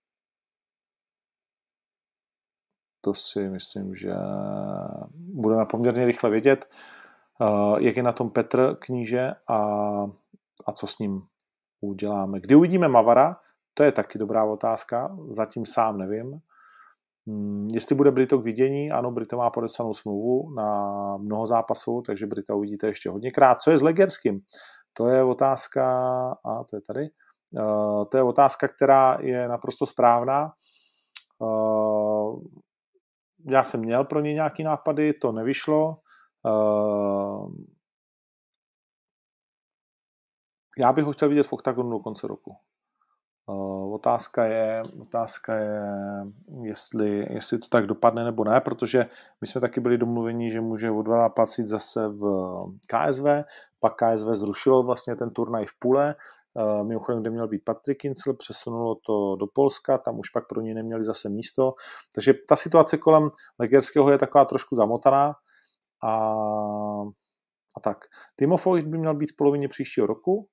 to si myslím, že budeme poměrně rychle vědět, jak je na tom Petr Kníže a co s ním uděláme. Kdy uvidíme Mavara? To je taky dobrá otázka, zatím sám nevím. Jestli bude Brito k vidění, ano, Brito má podepsanou smlouvu na mnoho zápasů, takže Brita uvidíte ještě hodněkrát. Co je s Legerským? To je otázka, to je tady, to je otázka, která je naprosto správná. Já jsem měl pro ně nějaký nápady, to nevyšlo. Já bych ho chtěl vidět v oktagonu do konce roku. Otázka je, jestli to tak dopadne nebo ne, protože my jsme taky byli domluveni, že může odplatit zase v KSV, pak KSV zrušilo vlastně ten turnaj v Pule, mimochodem, kde měl být Patrik Kincl, přesunulo to do Polska, tam už pak pro něj neměli zase místo, takže ta situace kolem Legerského je taková trošku zamotaná a tak. Timofoj by měl být v polovině příštího roku.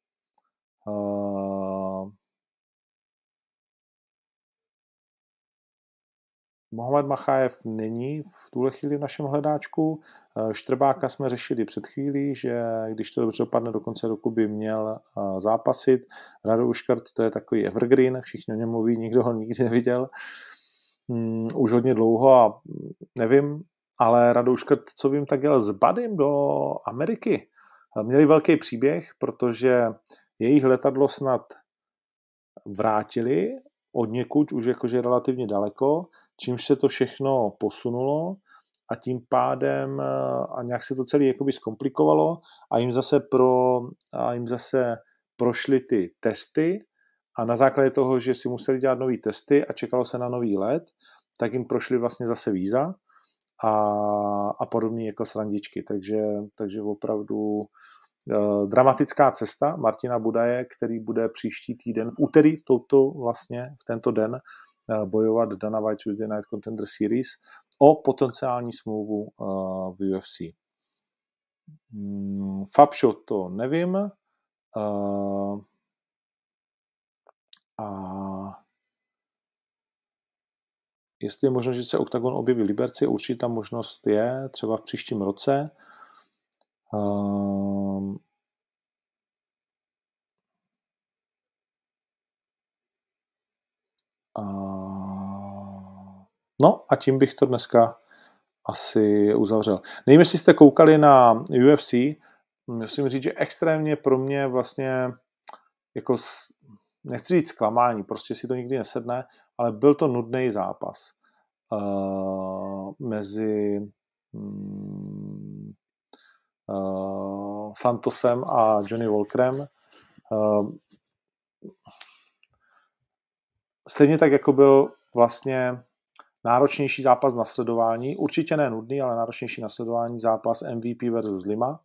Mohamed Machajev není v tuhle chvíli v našem hledáčku. Štrbáka jsme řešili před chvílí, že když to dobře dopadne do konce roku, by měl zápasit. Rado Uškart, to je takový evergreen, všichni o něm mluví, nikdo ho nikdy neviděl. už hodně dlouho a nevím, ale Radou Škrt, co vím, tak jel s Badym do Ameriky. Měli velký příběh, protože jejich letadlo snad vrátili od někud už jakože relativně daleko, čímž se to všechno posunulo a tím pádem a nějak se to celé jakoby zkomplikovalo a jim zase prošly ty testy a na základě toho, že si museli dělat nový testy a čekalo se na nový let, tak jim prošly vlastně zase víza a podobné jako srandičky. Takže opravdu dramatická cesta Martina Budaje, který bude příští týden v úterý v tento den bojovat Dana White Tuesday Night Contender Series o potenciální smlouvu v UFC. Fabšo to nevím. A jestli je možno, že se Octagon objeví v Liberci, určitě tam možnost je, třeba v příštím roce. No a tím bych to dneska asi uzavřel. Nevím, jestli jste koukali na UFC, musím říct, že extrémně pro mě vlastně jako nechci říct zklamání, prostě si to nikdy nesedne, ale byl to nudný zápas mezi Santosem a Johnny Walkerem. Stejně tak, jako byl vlastně náročnější zápas na sledování, určitě ne nudný, ale náročnější na sledování zápas MVP versus Lima.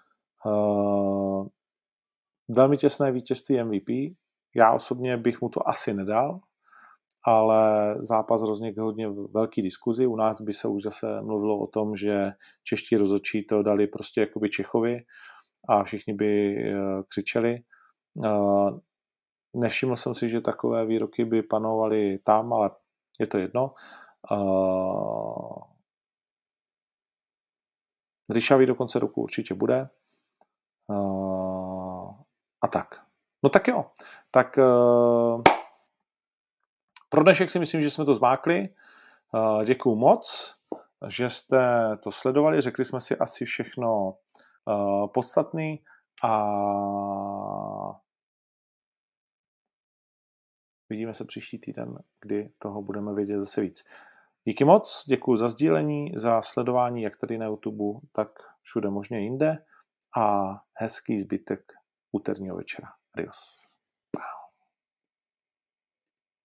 Velmi těsné vítězství MVP. Já osobně bych mu to asi nedal, ale zápas rozněk hodně velký diskuzi. U nás by se už zase mluvilo o tom, že čeští rozhodčí to dali prostě jakoby Čechovi a všichni by křičeli. Nevšiml jsem si, že takové výroky by panovaly tam, ale je to jedno. Ryšavý do konce roku určitě bude. A tak. No tak jo. Tak pro dnešek si myslím, že jsme to zmákli. Děkuju moc, že jste to sledovali. Řekli jsme si asi všechno podstatné a vidíme se příští týden, kdy toho budeme vědět zase víc. Díky moc, děkuji za sdílení, za sledování jak tady na YouTube, tak všude možně jinde a hezký zbytek úterního večera. Adios.